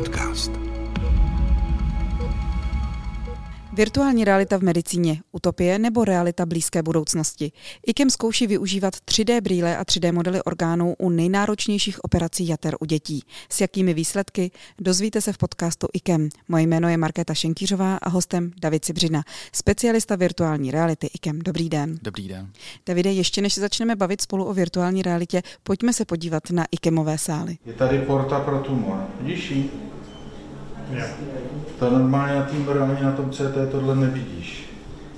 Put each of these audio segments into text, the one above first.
podcast. Virtuální realita v medicíně, utopie nebo realita blízké budoucnosti. IKEM zkouší využívat 3D brýle a 3D modely orgánů u nejnáročnějších operací jater u dětí. S jakými výsledky? Dozvíte se v podcastu IKEM. Moje jméno je Markéta Šenkýřová a hostem David Cibřina, specialista virtuální reality IKEM. Dobrý den. Dobrý den. Davide, ještě než se začneme bavit spolu o virtuální realitě, pojďme se podívat na IKEMové sály. Je tady porta pro tumor. Vidíš ji? To normálně na tým ani na tom CT tohle nevidíš.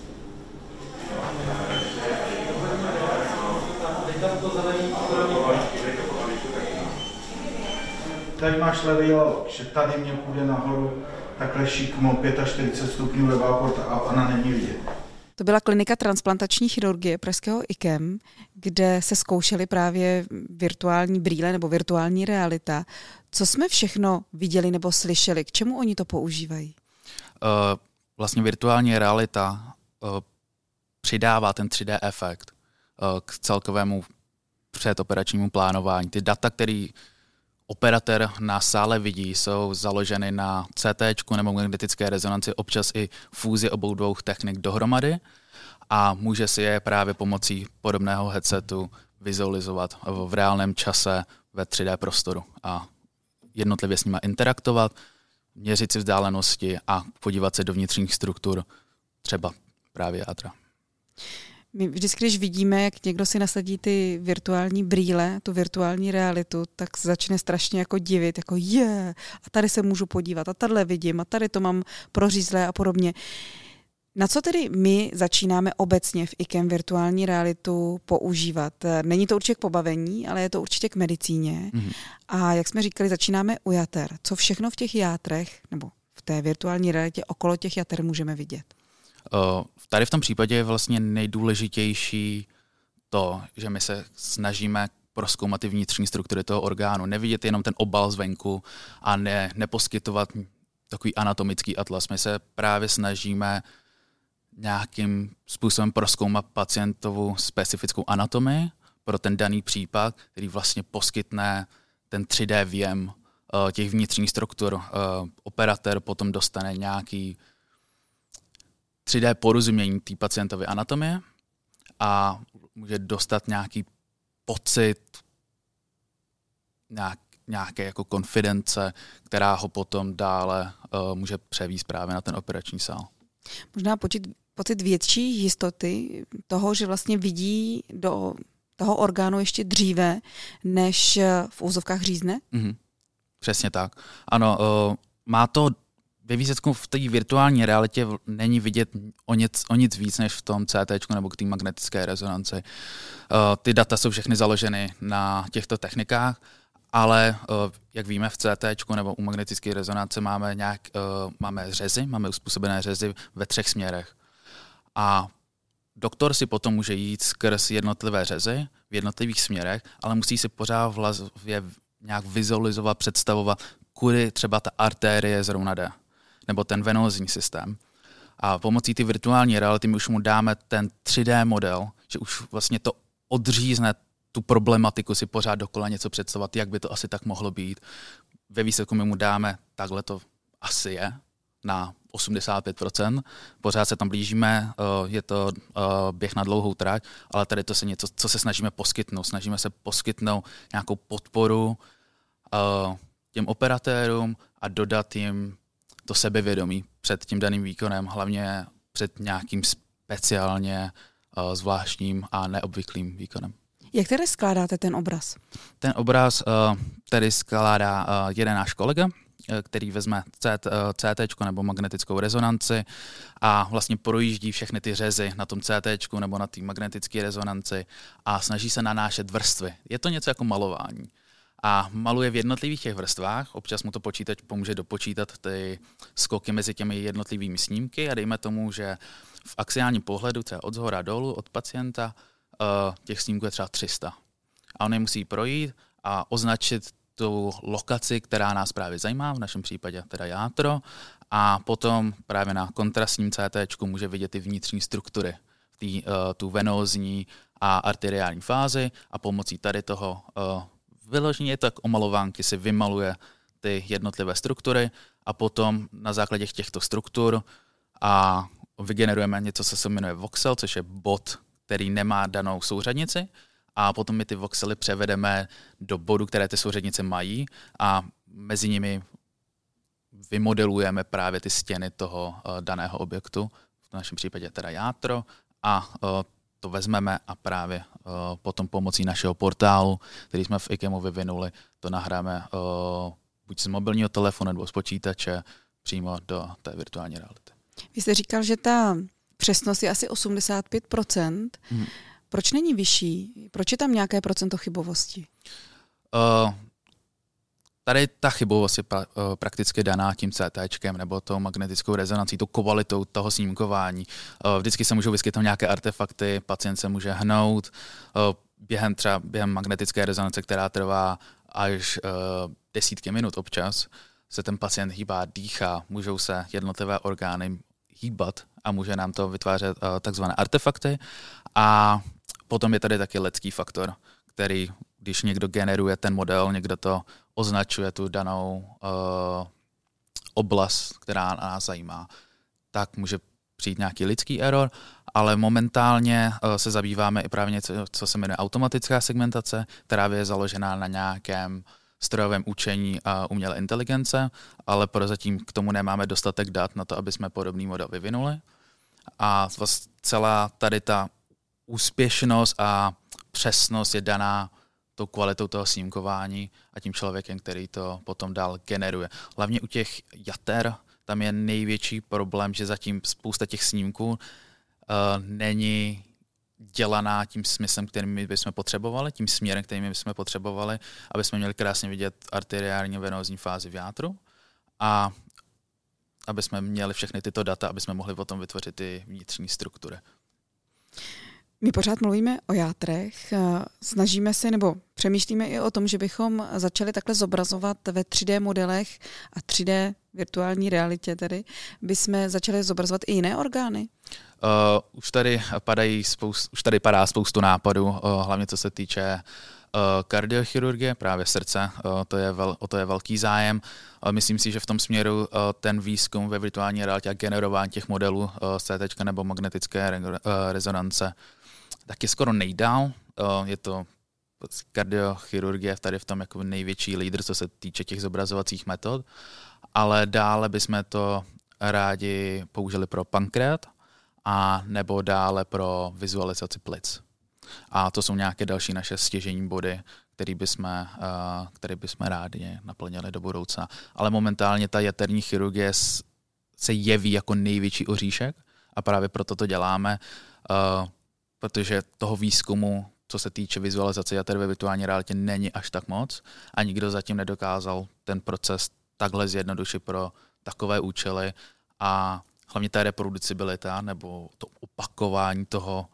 Tady máš levý lalok, že tady mě půjde nahoru takhle šikmo 45 stupňů levá porta a ona není vidět. To byla klinika transplantační chirurgie pražského IKEM, kde se zkoušely právě virtuální brýle nebo virtuální realita. Co jsme všechno viděli nebo slyšeli? K čemu oni to používají? Vlastně virtuální realita přidává ten 3D efekt k celkovému předoperačnímu plánování. Ty data, který operatér na sále vidí, jsou založeny na CT nebo magnetické rezonanci, občas i fúzi obou dvou technik dohromady a může si je právě pomocí podobného headsetu vizualizovat v reálném čase ve 3D prostoru a jednotlivě s nimi interaktovat, měřit si vzdálenosti a podívat se do vnitřních struktur, třeba právě játra. My vždycky, když vidíme, jak někdo si nasadí ty virtuální brýle, tu virtuální realitu, tak začne strašně jako divit, jako a tady se můžu podívat, a tadyhle vidím, a tady to mám prořízlé a podobně. Na co tedy my začínáme obecně v IKEM virtuální realitu používat? Není to určitě k pobavení, ale je to určitě k medicíně. Mm-hmm. A jak jsme říkali, začínáme u jater. Co všechno v těch játrech, nebo v té virtuální realitě okolo těch jater můžeme vidět? Tady v tom případě je vlastně nejdůležitější to, že my se snažíme prozkoumat ty vnitřní struktury toho orgánu, nevidět jenom ten obal zvenku a neposkytovat takový anatomický atlas. My se právě snažíme nějakým způsobem prozkoumat pacientovu specifickou anatomii pro ten daný případ, který vlastně poskytne ten 3D věm těch vnitřních struktur. Operatér potom dostane nějaký 3D porozumění té pacientovy anatomie a může dostat nějaký pocit nějaké jako konfidence, která ho potom dále může převést právě na ten operační sál. Možná pocit větší jistoty toho, že vlastně vidí do toho orgánu ještě dříve, než v úzovkách řízne? Mm-hmm. Přesně tak. Ano, má to ve výsledku v té virtuální realitě není vidět o nic víc než v tom CT nebo k té magnetické rezonanci. Ty data jsou všechny založeny na těchto technikách, ale jak víme v CT nebo u magnetické rezonance máme řezy, máme uspůsobené řezy ve 3 směrech. A doktor si potom může jít skrz jednotlivé řezy v jednotlivých směrech, ale musí si pořád v hlavě nějak vizualizovat, představovat, kudy třeba ta artérie zrovna jde, nebo ten venózní systém. A pomocí ty virtuální reality my už mu dáme ten 3D model, že už vlastně to odřízne tu problematiku si pořád dokola něco představovat, jak by to asi tak mohlo být. Ve výsledku my mu dáme, takhle to asi je, na 85%. Pořád se tam blížíme, je to běh na dlouhou trať, ale tady to se něco, co se snažíme poskytnout. Snažíme se poskytnout nějakou podporu těm operatérům a dodat jim to sebevědomí před tím daným výkonem, hlavně před nějakým speciálně zvláštním a neobvyklým výkonem. Jak tedy skládáte ten obraz? Ten obraz tedy skládá jeden náš kolega, který vezme CT nebo magnetickou rezonanci a vlastně projíždí všechny ty řezy na tom CT nebo na té magnetické rezonanci a snaží se nanášet vrstvy. Je to něco jako malování. A maluje v jednotlivých těch vrstvách, občas mu to počítač pomůže dopočítat ty skoky mezi těmi jednotlivými snímky a dejme tomu, že v axiálním pohledu, třeba od zhora dolů, od pacienta, těch snímků je třeba 300. A on je musí projít a označit tu lokaci, která nás právě zajímá, v našem případě teda játro, a potom právě na kontrastním CT může vidět ty vnitřní struktury, tu venózní a arteriální fázi a pomocí tady toho vyloženě je to jak omalovánky, si vymaluje ty jednotlivé struktury a potom na základě těchto struktur a vygenerujeme něco, co se jmenuje voxel, což je bod, který nemá danou souřadnici a potom my ty voxely převedeme do bodu, které ty souřadnice mají a mezi nimi vymodelujeme právě ty stěny toho daného objektu, v našem případě teda játro, a to vezmeme a právě potom pomocí našeho portálu, který jsme v IKEMu vyvinuli, to nahráme buď z mobilního telefonu nebo z počítače přímo do té virtuální reality. Vy jste říkal, že ta přesnost je asi 85%. Proč není vyšší? Proč je tam nějaké procento chybovosti? Tady ta chybovost je prakticky daná tím CTčkem nebo tou magnetickou rezonancí, tou kvalitou toho snímkování. Vždycky se můžou vyskytnout nějaké artefakty, pacient se může hnout, během magnetické rezonance, která trvá až desítky minut občas, se ten pacient hýbá, dýchá, můžou se jednotlivé orgány hýbat a může nám to vytvářet takzvané artefakty. A potom je tady taky lidský faktor, který, když někdo generuje ten model, někdo to označuje tu danou oblast, která nás zajímá, tak může přijít nějaký lidský error, ale momentálně se zabýváme i právě něco, co se jmenuje automatická segmentace, která je založená na nějakém strojovém učení a umělé inteligence, ale prozatím k tomu nemáme dostatek dat na to, aby jsme podobný model vyvinuli. A celá tady ta úspěšnost a přesnost je daná tou kvalitou toho snímkování a tím člověkem, který to potom dál generuje. Hlavně u těch jater tam je největší problém, že zatím spousta těch snímků není dělaná tím smyslem, kterým my bychom potřebovali, tím směrem, kterým my bychom potřebovali, aby jsme měli krásně vidět arteriální venózní fázi v játru a aby jsme měli všechny tyto data, aby jsme mohli potom vytvořit ty vnitřní struktury. My pořád mluvíme o játrech, snažíme se nebo přemýšlíme i o tom, že bychom začali takhle zobrazovat ve 3D modelech a 3D virtuální realitě tedy, bychom začali zobrazovat i jiné orgány? Už tady padá spoustu nápadů, hlavně co se týče kardiochirurgie, právě srdce, o to je velký zájem. Myslím si, že v tom směru ten výzkum ve virtuální realitě a generování těch modelů z CT nebo magnetické rezonance taky skoro nejdál. Je to kardiochirurgie tady v tom jako největší lídr, co se týče těch zobrazovacích metod, ale dále bychom to rádi použili pro pankreat a nebo dále pro vizualizaci plic. A to jsou nějaké další naše stěžejní body, které bychom rádi naplnili do budoucna. Ale momentálně ta jaterní chirurgie se jeví jako největší oříšek a právě proto to děláme, protože toho výzkumu, co se týče vizualizace jater ve virtuální realitě, není až tak moc a nikdo zatím nedokázal ten proces takhle zjednodušit pro takové účely a hlavně ta reproducibilita nebo to opakování toho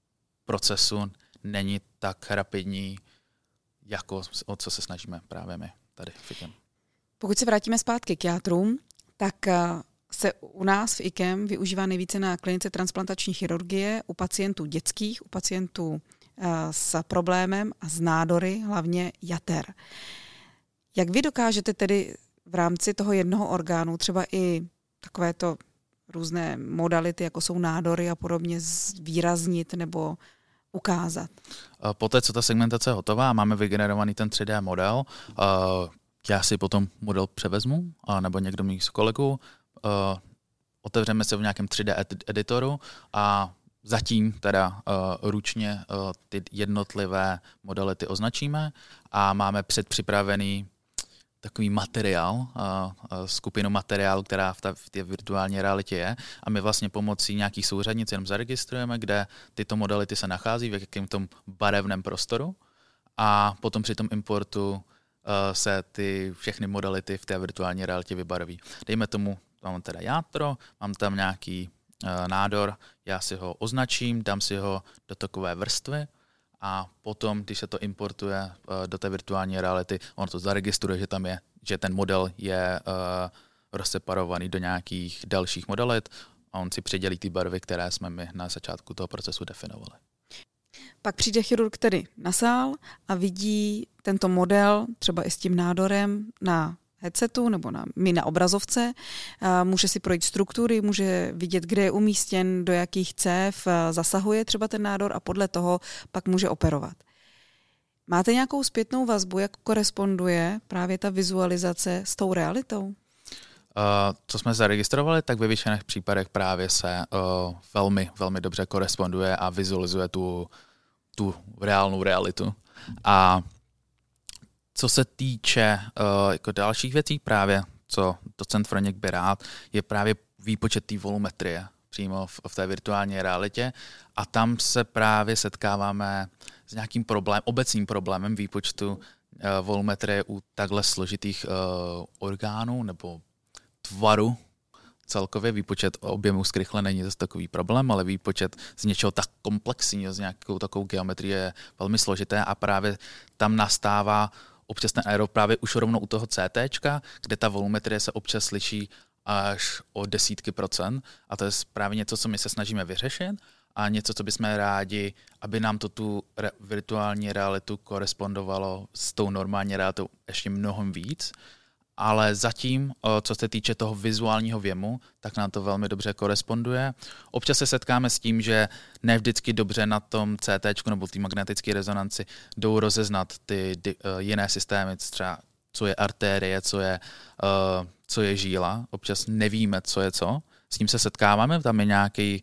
procesu není tak rapidní, jako o co se snažíme právě my tady v IKEM. Pokud se vrátíme zpátky k játrům, tak se u nás v IKEM využívá nejvíce na klinice transplantační chirurgie u pacientů dětských, u pacientů s problémem a s nádory, hlavně jater. Jak vy dokážete tedy v rámci toho jednoho orgánu třeba i takovéto různé modality, jako jsou nádory a podobně, zvýraznit nebo ukázat? Poté, co ta segmentace je hotová, máme vygenerovaný ten 3D model, já si potom model převezmu, nebo někdo mých kolegů, otevřeme se v nějakém 3D editoru a zatím teda ručně ty jednotlivé modality označíme a máme předpřipravený takový materiál, skupinu materiálu, která v té virtuální realitě je a my vlastně pomocí nějakých souřadnic jenom zaregistrujeme, kde tyto modality se nachází, v jakém tom barevném prostoru a potom při tom importu se ty všechny modality v té virtuální realitě vybarví. Dejme tomu, mám teda játro, mám tam nějaký nádor, já si ho označím, dám si ho do takové vrstvy a potom, když se to importuje do té virtuální reality, on to zaregistruje, že tam je, že ten model je rozseparovaný do nějakých dalších modalit a on si přidělí ty barvy, které jsme my na začátku toho procesu definovali. Pak přijde chirurg tedy na sál a vidí tento model, třeba i s tím nádorem, na headsetu nebo na obrazovce, může si projít struktury, může vidět, kde je umístěn, do jakých cév zasahuje třeba ten nádor a podle toho pak může operovat. Máte nějakou zpětnou vazbu, jak koresponduje právě ta vizualizace s tou realitou? Co jsme zaregistrovali, tak ve většiných případech právě se velmi, velmi dobře koresponduje a vizualizuje tu reálnou realitu. A co se týče jako dalších věcí, právě co docent Froněk by rád, je právě výpočet té volumetrie přímo v té virtuální realitě a tam se právě setkáváme s nějakým obecným problémem výpočtu volumetrie u takhle složitých orgánů nebo tvaru. Celkově výpočet objemu zkrychle není zase takový problém, ale výpočet z něčeho tak komplexního, z nějakou takovou geometrii je velmi složité a právě tam nastává občas ten aero právě už rovnou u toho CTčka, kde ta volumetrie se občas liší až o desítky procent a to je právě něco, co my se snažíme vyřešit a něco, co bychom rádi, aby nám to tu virtuální realitu korespondovalo s tou normální realitou ještě mnohem víc. Ale zatím, co se týče toho vizuálního věmu, tak nám to velmi dobře koresponduje. Občas se setkáme s tím, že ne vždycky dobře na tom CT nebo té magnetické rezonanci jdou rozeznat ty jiné systémy, třeba co je artérie, co je žíla. Občas nevíme, co je co. S tím se setkáváme, tam je nějaký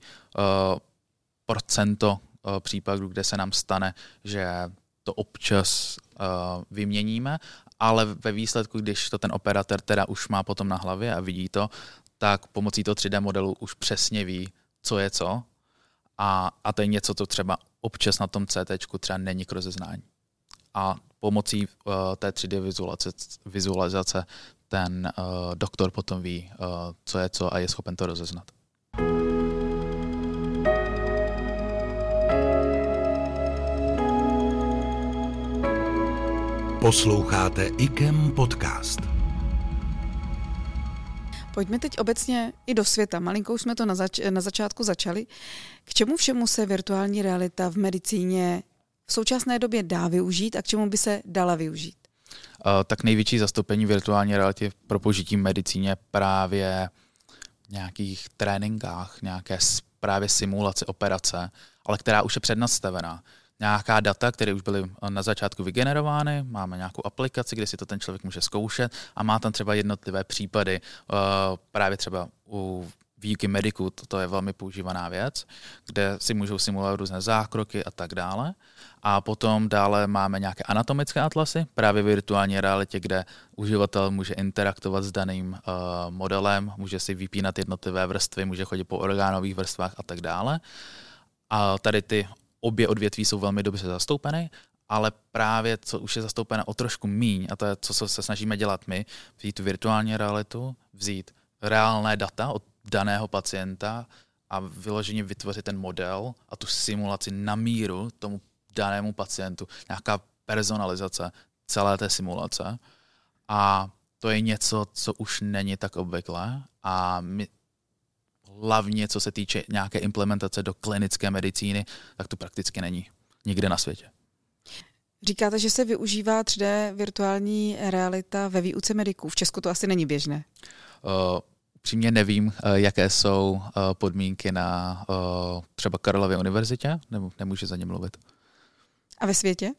procento případů, kde se nám stane, že to občas vyměníme, ale ve výsledku, když to ten operátor teda už má potom na hlavě a vidí to, tak pomocí toho 3D modelu už přesně ví, co je co a to je něco, co třeba občas na tom CT třeba není k rozeznání. A pomocí té 3D vizualizace ten doktor potom ví, co je co a je schopen to rozeznat. Posloucháte IKEM podcast. Pojďme teď obecně i do světa. Malinkou jsme to na začátku začali. K čemu všemu se virtuální realita v medicíně v současné době dá využít a k čemu by se dala využít? Tak největší zastoupení virtuální reality pro použití v medicíně právě v nějakých tréninkách, nějaké právě simulace operace, ale která už je přednastavená. Nějaká data, které už byly na začátku vygenerovány, máme nějakou aplikaci, kde si to ten člověk může zkoušet a má tam třeba jednotlivé případy, právě třeba u výuky mediků, to je velmi používaná věc, kde si můžou simulovat různé zákroky a tak dále. A potom dále máme nějaké anatomické atlasy, právě v virtuální realitě, kde uživatel může interaktovat s daným modelem, může si vypínat jednotlivé vrstvy, může chodit po orgánových vrstvách a tak dále. A tady ty obě odvětví jsou velmi dobře zastoupeny, ale právě co už je zastoupeno o trošku míň, a to je, co se snažíme dělat my, vzít tu virtuální realitu, vzít reálné data od daného pacienta a vyloženě vytvořit ten model a tu simulaci na míru tomu danému pacientu. Nějaká personalizace celé té simulace. A to je něco, co už není tak obvyklé a my hlavně, co se týče nějaké implementace do klinické medicíny, tak to prakticky není nikde na světě. Říkáte, že se využívá 3D virtuální realita ve výuce mediků. V Česku to asi není běžné. Upřímně nevím, jaké jsou podmínky na třeba Karlově univerzitě, nemůžu za ně mluvit. A ve světě?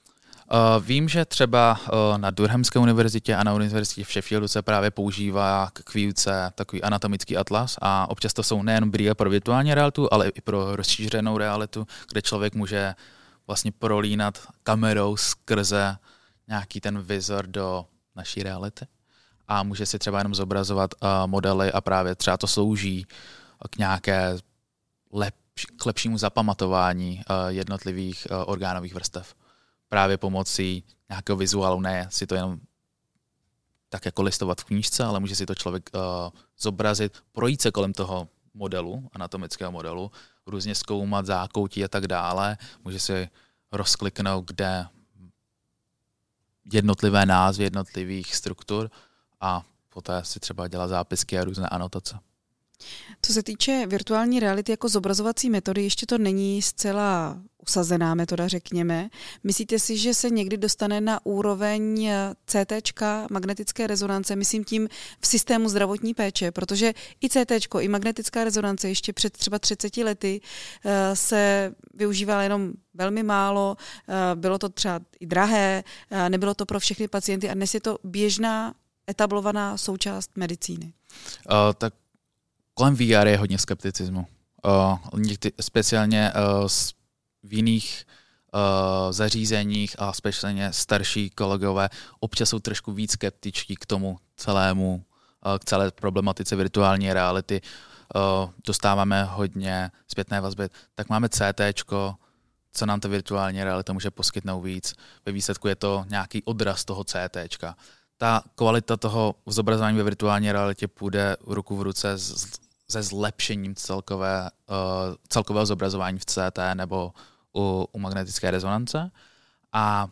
Vím, že třeba na Durhamské univerzitě a na univerzitě v Sheffieldu se právě používá k výuce takový anatomický atlas a občas to jsou nejen brýle pro virtuální realitu, ale i pro rozšířenou realitu, kde člověk může vlastně prolínat kamerou skrze nějaký ten vizor do naší reality a může si třeba jenom zobrazovat modely a právě třeba to slouží k k lepšímu zapamatování jednotlivých orgánových vrstev. Právě pomocí nějakého vizuálu, ne si to jenom tak jako listovat v knížce, ale může si to člověk zobrazit, projít se kolem toho modelu, anatomického modelu, různě zkoumat zákoutí a tak dále. Může si rozkliknout, kde jednotlivé názvy jednotlivých struktur a poté si třeba dělat zápisky a různé anotace. Co se týče virtuální reality jako zobrazovací metody, ještě to není zcela usazená metoda, řekněme. Myslíte si, že se někdy dostane na úroveň CTčka, magnetické rezonance, myslím tím v systému zdravotní péče, protože i CTčko, i magnetická rezonance ještě před třeba 30 lety se využívala jenom velmi málo, bylo to třeba i drahé, nebylo to pro všechny pacienty a dnes je to běžná, etablovaná součást medicíny. Tak kolem VR je hodně skepticismu. Speciálně v jiných zařízeních a speciálně starší kolegové občas jsou trošku víc skeptičtí k tomu celému, k celé problematice virtuální reality. Dostáváme hodně zpětné vazby. Tak máme CTčko, co nám ta virtuální realita může poskytnout víc. Ve výsledku je to nějaký odraz toho CTčka. Ta kvalita toho zobrazování ve virtuální realitě půjde ruku v ruce se zlepšením celkového zobrazování v CT nebo u magnetické rezonance. A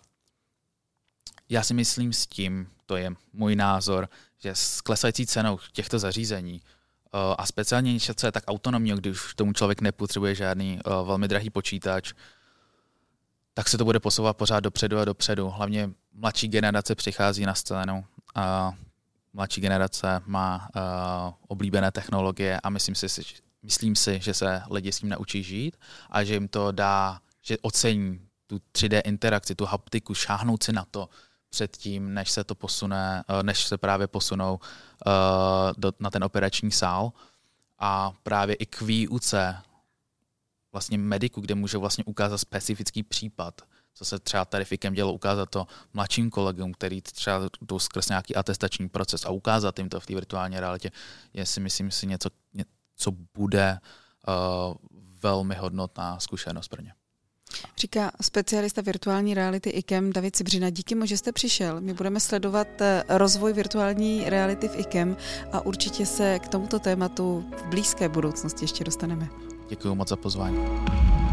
já si myslím s tím, to je můj názor, že s klesající cenou těchto zařízení a speciálně něco, co je tak autonomní, když tomu člověk nepotřebuje žádný velmi drahý počítač, tak se to bude posouvat pořád dopředu a dopředu. Hlavně mladší generace přichází na scénu a mladší generace má oblíbené technologie a myslím si, že se lidi s tím naučí žít a že jim to dá, že ocení tu 3D interakci, tu haptiku, šáhnout si na to předtím, než se to posune, než se právě posunou na ten operační sál. A právě i k výuce vlastně mediku, kde může vlastně ukázat specifický případ, co se třeba tady v IKEM dělo, ukázat to mladším kolegům, který třeba jdou skrz nějaký atestační proces a ukázat jim to v té virtuální realitě, je si myslím si něco, co bude velmi hodnotná zkušenost pro ně. Říká specialista virtuální reality IKEM David Cibřina. Díky mu, že jste přišel. My budeme sledovat rozvoj virtuální reality v IKEM a určitě se k tomuto tématu v blízké budoucnosti ještě dostaneme. Děkuji moc za pozvání.